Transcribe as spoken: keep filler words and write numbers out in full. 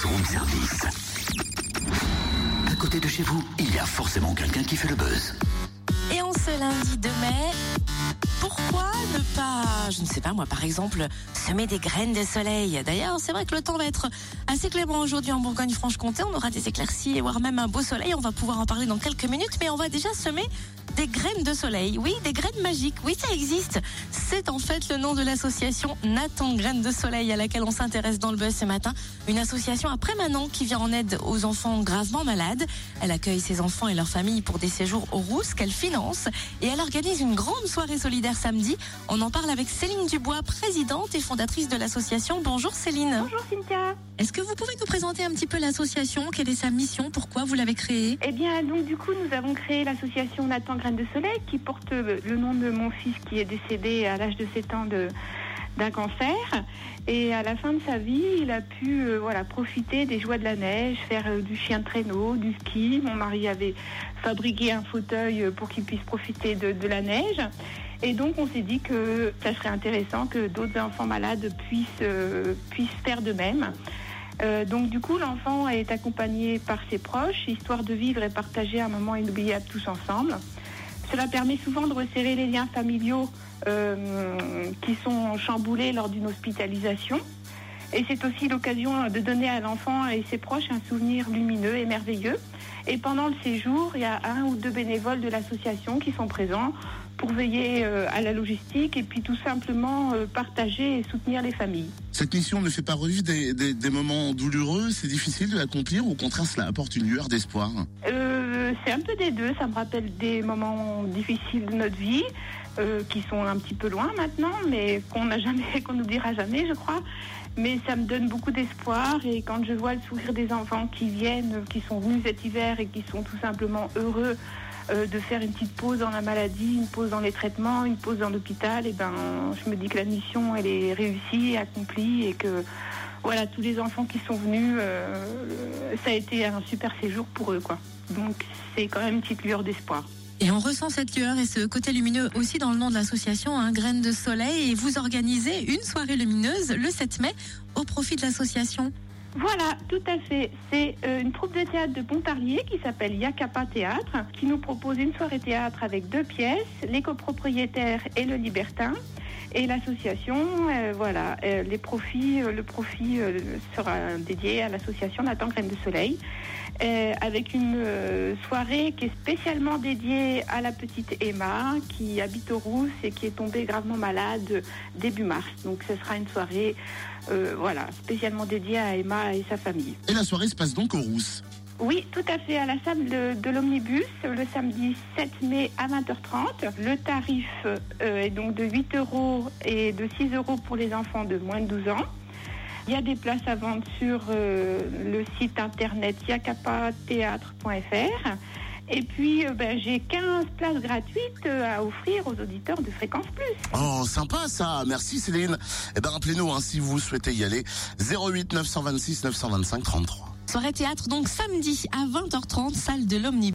room service. À côté de chez vous, il y a forcément quelqu'un qui fait le buzz. Et en ce lundi de mai, pourquoi ne pas, je ne sais pas moi, par exemple, semer des graines de soleil? D'ailleurs, c'est vrai que le temps va être assez clément aujourd'hui en Bourgogne-Franche-Comté. On aura des éclaircies, voire même un beau soleil. On va pouvoir en parler dans quelques minutes, mais on va déjà semer des graines de soleil. Oui, des graines magiques. Oui, ça existe. C'est en fait le nom de l'association Nathan Graines de Soleil à laquelle on s'intéresse dans le buzz ce matin. Une association après Manon qui vient en aide aux enfants gravement malades. Elle accueille ses enfants et leurs familles pour des séjours aux Rousses qu'elle finance. Et elle organise une grande soirée solidaire samedi. On en parle avec Céline Dubois, présidente et fondatrice de l'association. Bonjour Céline. Bonjour Cynthia. Est-ce que vous pouvez nous présenter un petit peu l'association? Quelle est sa mission? Pourquoi vous l'avez créée? Eh bien, donc du coup, nous avons créé l'association Nathan Graines de Soleil qui porte le nom de mon fils qui est décédé à l'âge de sept ans de, d'un cancer. Et à la fin de sa vie, il a pu euh, voilà, profiter des joies de la neige, faire euh, du chien de traîneau, du ski. Mon mari avait fabriqué un fauteuil pour qu'il puisse profiter de, de la neige. Et donc, on s'est dit que ça serait intéressant que d'autres enfants malades puissent, euh, puissent faire de même. Euh, donc du coup, l'enfant est accompagné par ses proches, histoire de vivre et partager un moment inoubliable tous ensemble. Cela permet souvent de resserrer les liens familiaux euh, qui sont chamboulés lors d'une hospitalisation. Et c'est aussi l'occasion de donner à l'enfant et ses proches un souvenir lumineux et merveilleux. Et pendant le séjour, il y a un ou deux bénévoles de l'association qui sont présents pour veiller euh, à la logistique et puis tout simplement euh, partager et soutenir les familles. Cette mission ne fait pas revivre des, des, des moments douloureux, c'est difficile de l'accomplir ou au contraire cela apporte une lueur d'espoir? euh, C'est un peu des deux, ça me rappelle des moments difficiles de notre vie euh, qui sont un petit peu loin maintenant mais qu'on n'a jamais, qu'on n'oubliera jamais je crois. Mais ça me donne beaucoup d'espoir et quand je vois le sourire des enfants qui viennent, qui sont venus cet hiver et qui sont tout simplement heureux euh, de faire une petite pause dans la maladie, une pause dans les traitements, une pause dans l'hôpital, et ben je me dis que la mission elle est réussie, accomplie et que voilà tous les enfants qui sont venus, euh, ça a été un super séjour pour eux quoi. Donc c'est quand même une petite lueur d'espoir. Et on ressent cette lueur et ce côté lumineux aussi dans le nom de l'association, hein, Graines de Soleil. Et vous organisez une soirée lumineuse le sept mai au profit de l'association. Voilà, tout à fait. C'est euh, une troupe de théâtre de Pontarlier qui s'appelle Yakapa Théâtre, qui nous propose une soirée théâtre avec deux pièces, Les copropriétaires et Le Libertin. Et l'association, euh, voilà, euh, les profits, euh, le profit euh, sera dédié à l'association Nathan Graines de Soleil, euh, avec une euh, soirée qui est spécialement dédiée à la petite Emma, qui habite aux Rousses et qui est tombée gravement malade début mars. Donc ce sera une soirée, euh, voilà, spécialement dédiée à Emma et sa famille. Et la soirée se passe donc aux Rousses? Oui, tout à fait, à la salle de, de l'Omnibus, le samedi sept mai à vingt heures trente. Le tarif euh, est donc de huit euros et de six euros pour les enfants de moins de douze ans. Il y a des places à vendre sur euh, le site internet yakapa théâtre point f r. Et puis, euh, ben, j'ai quinze places gratuites à offrir aux auditeurs de Fréquence Plus. Oh, sympa ça, merci Céline. Eh ben rappelez-nous hein, si vous souhaitez y aller, zéro huit neuf cent vingt-six neuf cent vingt-cinq trente-trois. Soirée théâtre donc samedi à vingt heures trente, salle de l'Omnibus.